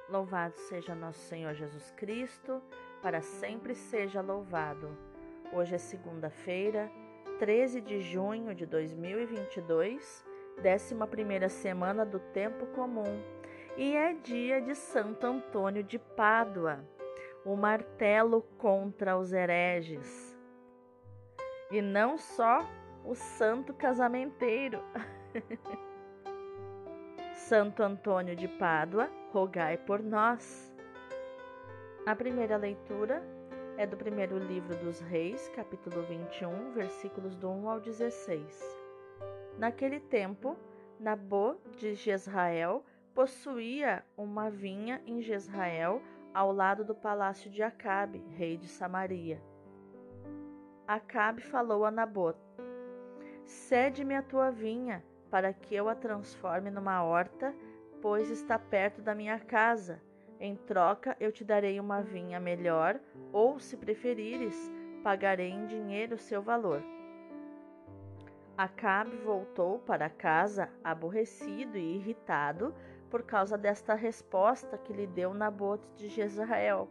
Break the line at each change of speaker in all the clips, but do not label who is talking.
Louvado seja nosso Senhor Jesus Cristo, para sempre seja louvado. Hoje é segunda-feira, 13 de junho de 2022, 11ª semana do Tempo Comum, e é dia de Santo Antônio de Pádua, o martelo contra os hereges. E não só o santo casamenteiro. Santo Antônio de Pádua, rogai por nós. A primeira leitura é do primeiro livro dos Reis, capítulo 21, versículos do 1 ao 16. Naquele tempo, Nabô de Jezrael possuía uma vinha em Jezrael, ao lado do palácio de Acabe, rei de Samaria. Acabe falou a Nabô: cede-me a tua vinha, para que eu a transforme numa horta, pois está perto da minha casa. Em troca, eu te darei uma vinha melhor, ou, se preferires, pagarei em dinheiro o seu valor. Acabe voltou para casa, aborrecido e irritado por causa desta resposta que lhe deu Nabote de Jezrael.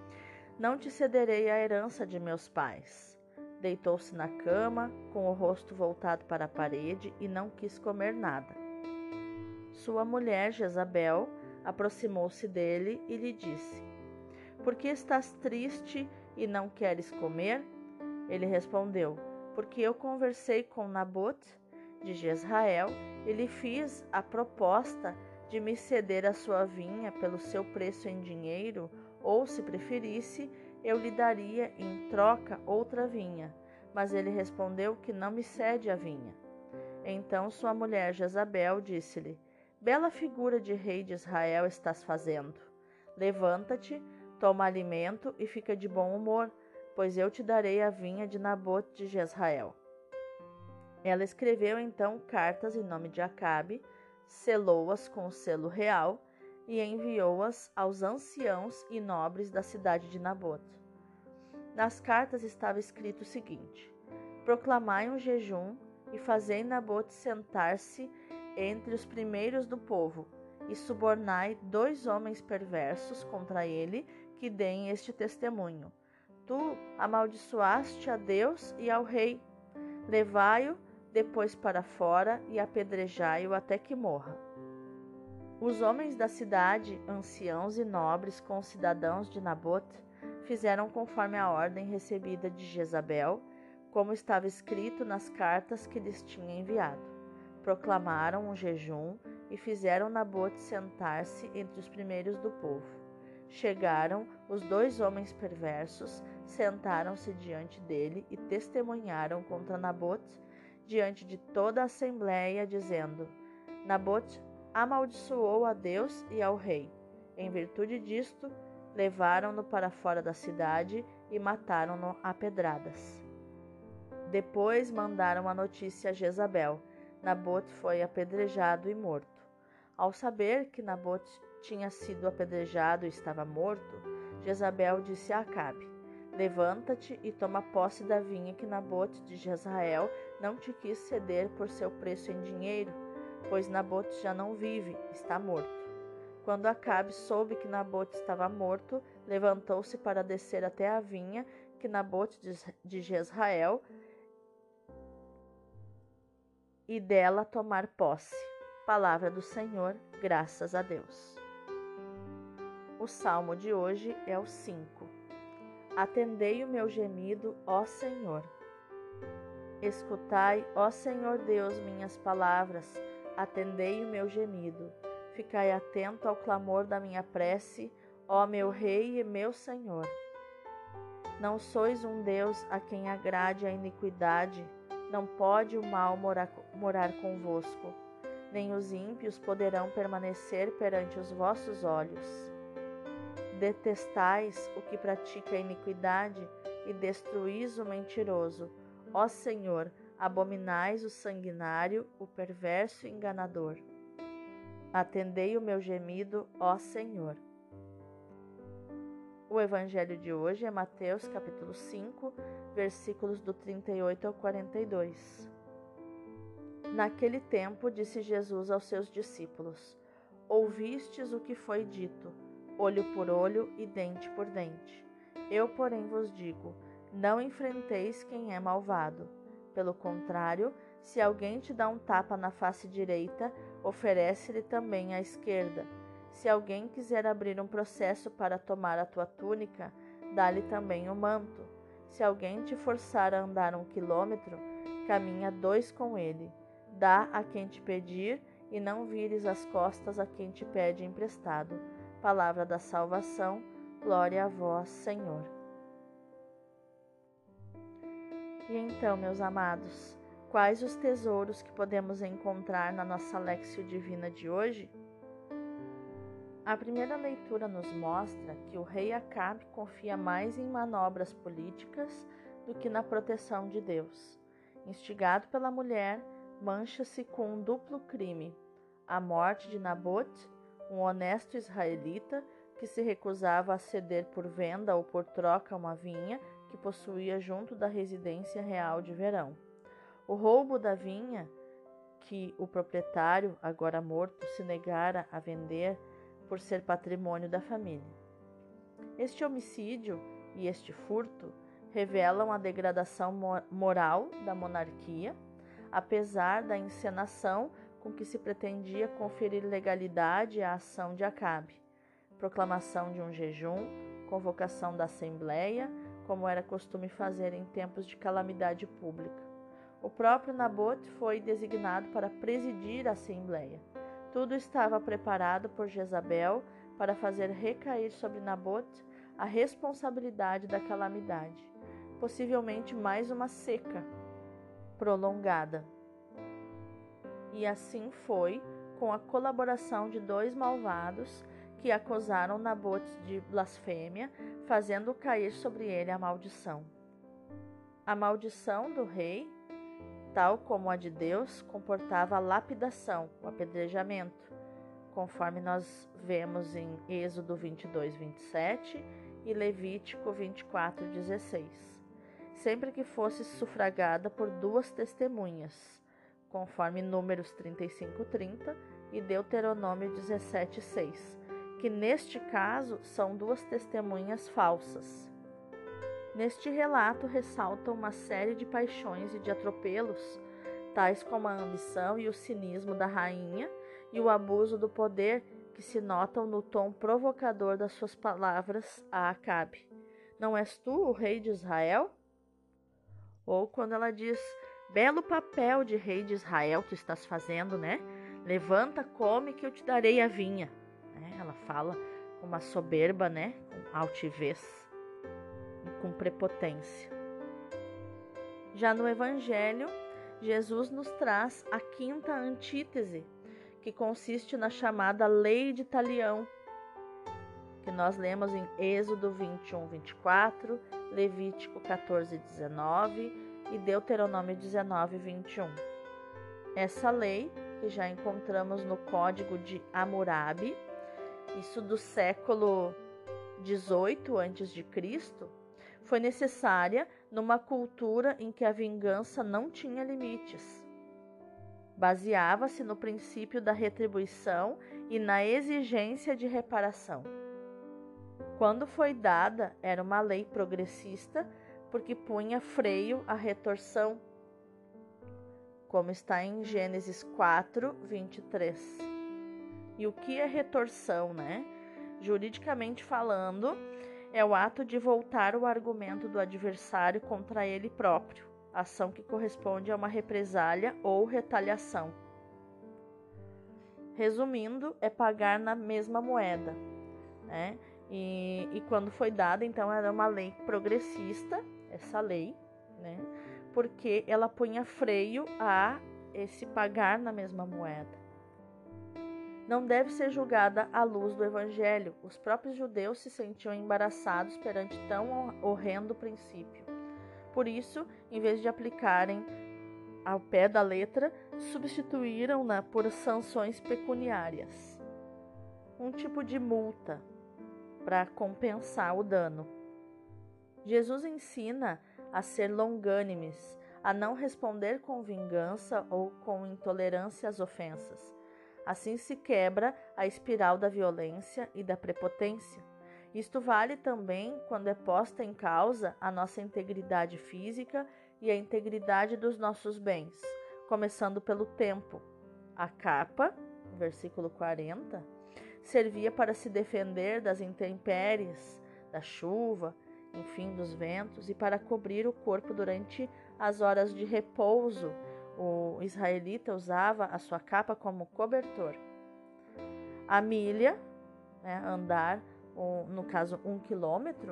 Não te cederei a herança de meus pais. Deitou-se na cama, com o rosto voltado para a parede, e não quis comer nada. Sua mulher, Jezabel, aproximou-se dele e lhe disse: por que estás triste e não queres comer? Ele respondeu: porque eu conversei com Nabote de Jezrael e lhe fiz a proposta de me ceder a sua vinha pelo seu preço em dinheiro, ou, se preferisse, eu lhe daria em troca outra vinha. Mas ele respondeu que não me cede a vinha. Então sua mulher Jezabel disse-lhe: bela figura de rei de Israel estás fazendo. Levanta-te, toma alimento e fica de bom humor, pois eu te darei a vinha de Nabote de Jezrael. Ela escreveu então cartas em nome de Acabe, selou-as com o selo real e enviou-as aos anciãos e nobres da cidade de Nabote. Nas cartas estava escrito o seguinte: proclamai um jejum e fazei Nabote sentar-se entre os primeiros do povo, e subornai 2 homens perversos contra ele que deem este testemunho: tu amaldiçoaste a Deus e ao rei. Levai-o depois para fora e apedrejai-o até que morra. Os homens da cidade, anciãos e nobres concidadãos de Nabote, fizeram conforme a ordem recebida de Jezabel, como estava escrito nas cartas que lhes tinha enviado. Proclamaram um jejum e fizeram Nabote sentar-se entre os primeiros do povo. Chegaram os 2 homens perversos, sentaram-se diante dele e testemunharam contra Nabote diante de toda a assembleia, dizendo: Nabote amaldiçoou a Deus e ao rei. Em virtude disto, levaram-no para fora da cidade e mataram-no a pedradas. Depois mandaram a notícia a Jezabel: Nabote foi apedrejado e morto. Ao saber que Nabote tinha sido apedrejado e estava morto, Jezabel disse a Acabe: levanta-te e toma posse da vinha que Nabote de Jezrael não te quis ceder por seu preço em dinheiro, pois Nabote já não vive, está morto. Quando Acabe soube que Nabote estava morto, levantou-se para descer até a vinha que Nabote de Jezrael e dela tomar posse. Palavra do Senhor, graças a Deus. O salmo de hoje é o 5. Atendei o meu gemido, ó Senhor. Escutai, ó Senhor Deus, minhas palavras, atendei o meu gemido. Ficai atento ao clamor da minha prece, ó meu Rei e meu Senhor. Não sois um Deus a quem agrade a iniquidade, não pode o mal morar convosco, nem os ímpios poderão permanecer perante os vossos olhos. Detestais o que pratica a iniquidade e destruís o mentiroso. Ó Senhor, abominais o sanguinário, o perverso e enganador. Atendei o meu gemido, ó Senhor. O evangelho de hoje é Mateus capítulo 5, versículos do 38 ao 42. Naquele tempo disse Jesus aos seus discípulos: ouvistes o que foi dito, olho por olho e dente por dente. Eu, porém, vos digo, não enfrenteis quem é malvado. Pelo contrário, se alguém te dá um tapa na face direita, oferece-lhe também a esquerda. Se alguém quiser abrir um processo para tomar a tua túnica, dá-lhe também o manto. Se alguém te forçar a andar 1 quilômetro, caminha 2 com ele. Dá a quem te pedir e não vires as costas a quem te pede emprestado. Palavra da salvação, glória a vós, Senhor. E então, meus amados, quais os tesouros que podemos encontrar na nossa Léxio Divina de hoje? A primeira leitura nos mostra que o rei Acabe confia mais em manobras políticas do que na proteção de Deus. Instigado pela mulher, mancha-se com um duplo crime: a morte de Nabote, um honesto israelita que se recusava a ceder por venda ou por troca uma vinha que possuía junto da residência real de verão. O roubo da vinha, que o proprietário, agora morto, se negara a vender por ser patrimônio da família. Este homicídio e este furto revelam a degradação moral da monarquia, apesar da encenação com que se pretendia conferir legalidade à ação de Acabe. Proclamação de um jejum, convocação da Assembleia, como era costume fazer em tempos de calamidade pública. O próprio Nabote foi designado para presidir a Assembleia. Tudo estava preparado por Jezabel para fazer recair sobre Nabote a responsabilidade da calamidade, possivelmente mais uma seca prolongada. E assim foi, com a colaboração de 2 malvados que acusaram Nabote de blasfêmia, fazendo cair sobre ele a maldição. A maldição do rei, tal como a de Deus, comportava a lapidação, o apedrejamento, conforme nós vemos em Êxodo 22, 27 e Levítico 24, 16. Sempre que fosse sufragada por 2 testemunhas, conforme Números 35, 30 e Deuteronômio 17, 6, que neste caso são 2 testemunhas falsas. Neste relato ressaltam uma série de paixões e de atropelos, tais como a ambição e o cinismo da rainha e o abuso do poder que se notam no tom provocador das suas palavras a Acabe. Não és tu o rei de Israel? Ou quando ela diz, belo papel de rei de Israel tu estás fazendo, né? Levanta, come que eu te darei a vinha. Ela fala com uma soberba, né? Com altivez. Com prepotência. Já no Evangelho, Jesus nos traz a 5ª antítese, que consiste na chamada Lei de Talião, que nós lemos em Êxodo 21, 24, Levítico 14, 19 e Deuteronômio 19, 21. Essa lei, que já encontramos no Código de Hammurabi, isso do século 18 a.C., foi necessária numa cultura em que a vingança não tinha limites. Baseava-se no princípio da retribuição e na exigência de reparação. Quando foi dada, era uma lei progressista, porque punha freio à retorção, como está em Gênesis 4, 23. E o que é retorção, né? Juridicamente falando, é o ato de voltar o argumento do adversário contra ele próprio, ação que corresponde a uma represália ou retaliação. Resumindo, é pagar na mesma moeda, né? E quando foi dada, então, era uma lei progressista, essa lei, né? Porque ela punha freio a esse pagar na mesma moeda. Não deve ser julgada à luz do Evangelho. Os próprios judeus se sentiam embaraçados perante tão horrendo princípio. Por isso, em vez de aplicarem ao pé da letra, substituíram-na por sanções pecuniárias. Um tipo de multa para compensar o dano. Jesus ensina a ser longânimes, a não responder com vingança ou com intolerância às ofensas. Assim se quebra a espiral da violência e da prepotência. Isto vale também quando é posta em causa a nossa integridade física e a integridade dos nossos bens, começando pelo tempo. A capa, versículo 40, servia para se defender das intempéries, da chuva, enfim, dos ventos, e para cobrir o corpo durante as horas de repouso. O israelita usava a sua capa como cobertor. A milha, andar, no caso 1 quilômetro,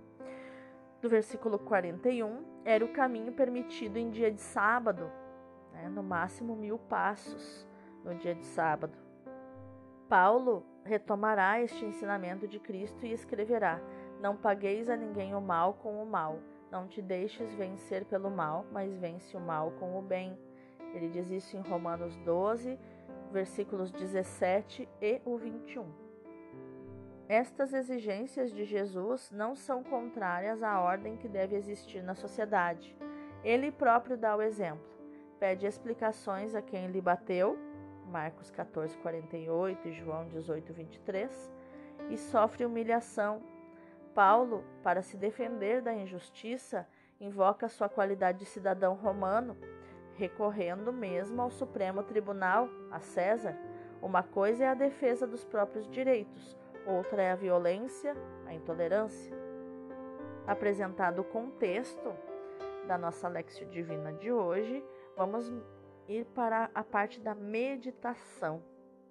do versículo 41, era o caminho permitido em dia de sábado, no máximo 1000 passos no dia de sábado. Paulo retomará este ensinamento de Cristo e escreverá: não pagueis a ninguém o mal com o mal, não te deixes vencer pelo mal, mas vence o mal com o bem. Ele diz isso em Romanos 12, versículos 17 e o 21. Estas exigências de Jesus não são contrárias à ordem que deve existir na sociedade. Ele próprio dá o exemplo. Pede explicações a quem lhe bateu, Marcos 14, 48 e João 18, 23, e sofre humilhação. Paulo, para se defender da injustiça, invoca sua qualidade de cidadão romano, recorrendo mesmo ao Supremo Tribunal, a César. Uma coisa é a defesa dos próprios direitos, outra é a violência, a intolerância. Apresentado o contexto da nossa Léxio Divina de hoje, vamos ir para a parte da meditação.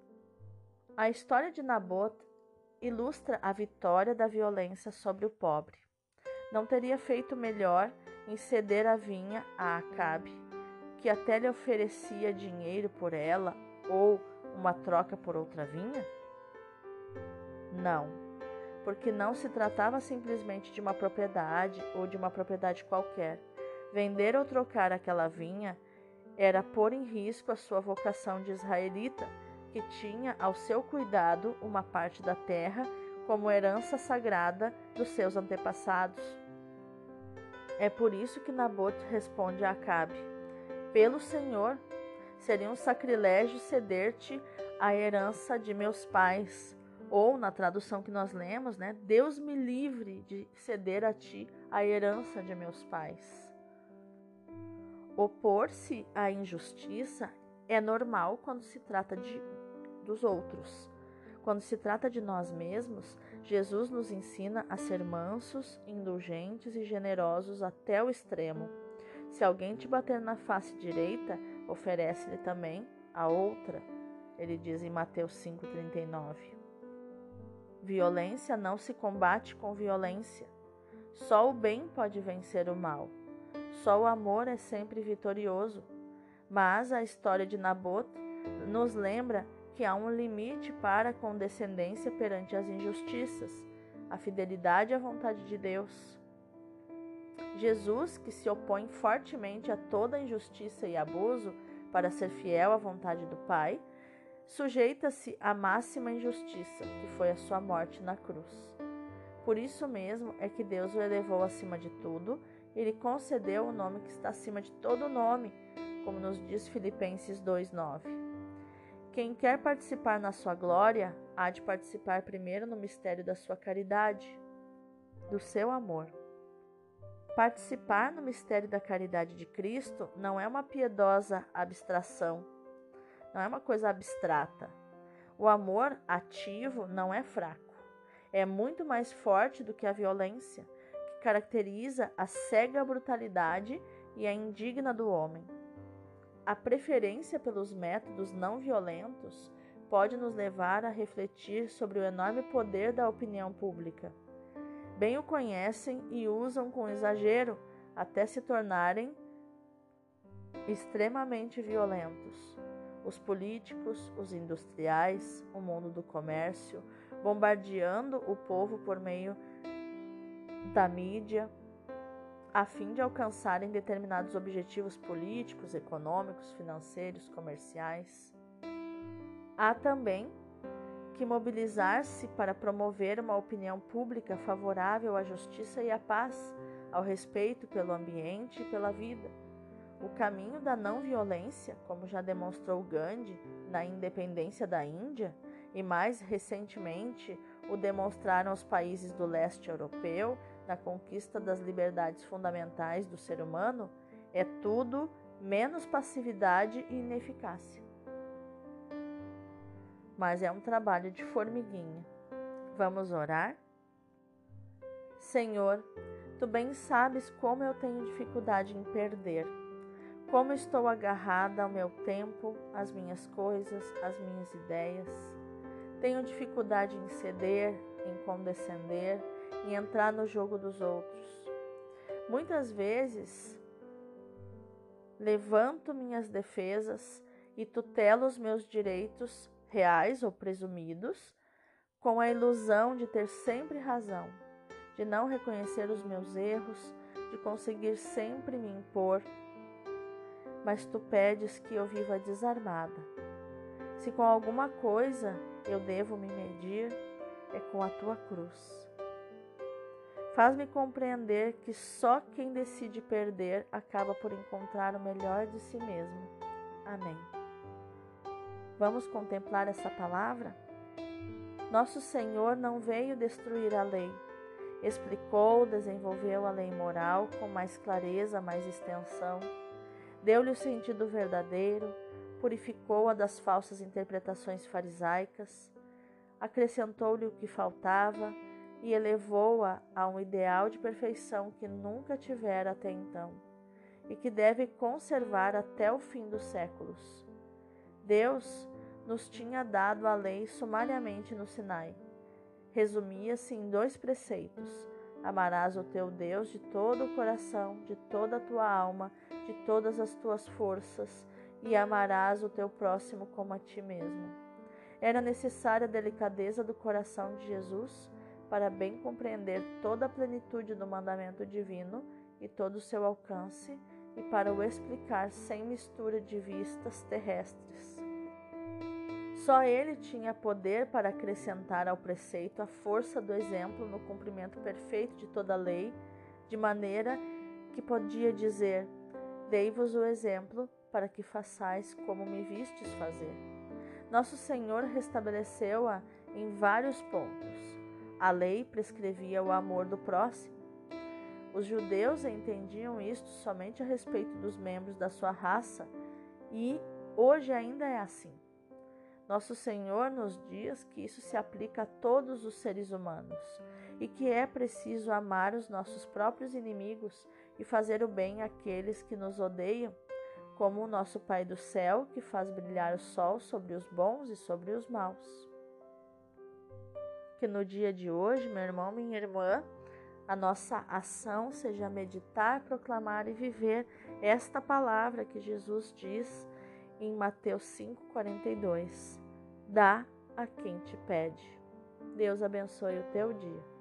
A história de Nabote ilustra a vitória da violência sobre o pobre. Não teria feito melhor em ceder a vinha a Acabe, que até lhe oferecia dinheiro por ela ou uma troca por outra vinha? Não, porque não se tratava simplesmente de uma propriedade ou de uma propriedade qualquer. Vender ou trocar aquela vinha era pôr em risco a sua vocação de israelita, que tinha ao seu cuidado uma parte da terra como herança sagrada dos seus antepassados. É por isso que Nabote responde a Acabe: pelo Senhor, seria um sacrilégio ceder-te a herança de meus pais. Ou, na tradução que nós lemos, Deus me livre de ceder a ti a herança de meus pais. Opor-se à injustiça é normal quando se trata dos outros. Quando se trata de nós mesmos, Jesus nos ensina a ser mansos, indulgentes e generosos até o extremo. Se alguém te bater na face direita, oferece-lhe também a outra. Ele diz em Mateus 5,39. Violência não se combate com violência. Só o bem pode vencer o mal. Só o amor é sempre vitorioso. Mas a história de Nabote nos lembra que há um limite para a condescendência perante as injustiças, a fidelidade à vontade de Deus. Jesus, que se opõe fortemente a toda injustiça e abuso para ser fiel à vontade do Pai, sujeita-se à máxima injustiça, que foi a sua morte na cruz. Por isso mesmo é que Deus o elevou acima de tudo e lhe concedeu o nome que está acima de todo nome, como nos diz Filipenses 2,9. Quem quer participar na sua glória, há de participar primeiro no mistério da sua caridade, do seu amor. Participar no mistério da caridade de Cristo não é uma piedosa abstração, não é uma coisa abstrata. O amor ativo não é fraco. É muito mais forte do que a violência, que caracteriza a cega brutalidade e a indigna do homem. A preferência pelos métodos não violentos pode nos levar a refletir sobre o enorme poder da opinião pública. Bem o conhecem e usam com exagero até se tornarem extremamente violentos. Os políticos, os industriais, o mundo do comércio, bombardeando o povo por meio da mídia, a fim de alcançarem determinados objetivos políticos, econômicos, financeiros, comerciais. Há também que mobilizar-se para promover uma opinião pública favorável à justiça e à paz, ao respeito pelo ambiente e pela vida. O caminho da não violência, como já demonstrou Gandhi na independência da Índia, e mais recentemente o demonstraram os países do leste europeu na conquista das liberdades fundamentais do ser humano, é tudo menos passividade e ineficácia. Mas é um trabalho de formiguinha. Vamos orar? Senhor, Tu bem sabes como eu tenho dificuldade em perder, como estou agarrada ao meu tempo, às minhas coisas, às minhas ideias. Tenho dificuldade em ceder, em condescender, em entrar no jogo dos outros. Muitas vezes, levanto minhas defesas e tutelo os meus direitos reais ou presumidos, com a ilusão de ter sempre razão, de não reconhecer os meus erros, de conseguir sempre me impor. Mas Tu pedes que eu viva desarmada. Se com alguma coisa eu devo me medir, é com a Tua cruz. Faz-me compreender que só quem decide perder acaba por encontrar o melhor de si mesmo. Amém. Vamos contemplar essa palavra? Nosso Senhor não veio destruir a lei. Explicou, desenvolveu a lei moral com mais clareza, mais extensão. Deu-lhe o sentido verdadeiro, purificou-a das falsas interpretações farisaicas, acrescentou-lhe o que faltava e elevou-a a um ideal de perfeição que nunca tivera até então e que deve conservar até o fim dos séculos. Deus nos tinha dado a lei sumariamente no Sinai. Resumia-se em 2 preceitos: amarás o teu Deus de todo o coração, de toda a tua alma, de todas as tuas forças, e amarás o teu próximo como a ti mesmo. Era necessária a delicadeza do coração de Jesus para bem compreender toda a plenitude do mandamento divino e todo o seu alcance, e para o explicar sem mistura de vistas terrestres. Só ele tinha poder para acrescentar ao preceito a força do exemplo no cumprimento perfeito de toda a lei, de maneira que podia dizer: dei-vos o exemplo para que façais como me vistes fazer. Nosso Senhor restabeleceu-a em vários pontos. A lei prescrevia o amor do próximo. Os judeus entendiam isto somente a respeito dos membros da sua raça, e hoje ainda é assim. Nosso Senhor nos diz que isso se aplica a todos os seres humanos e que é preciso amar os nossos próprios inimigos e fazer o bem àqueles que nos odeiam, como o nosso Pai do céu, que faz brilhar o sol sobre os bons e sobre os maus. Que no dia de hoje, meu irmão, minha irmã, a nossa ação seja meditar, proclamar e viver esta palavra que Jesus diz em Mateus 5,42. Dá a quem te pede. Deus abençoe o teu dia.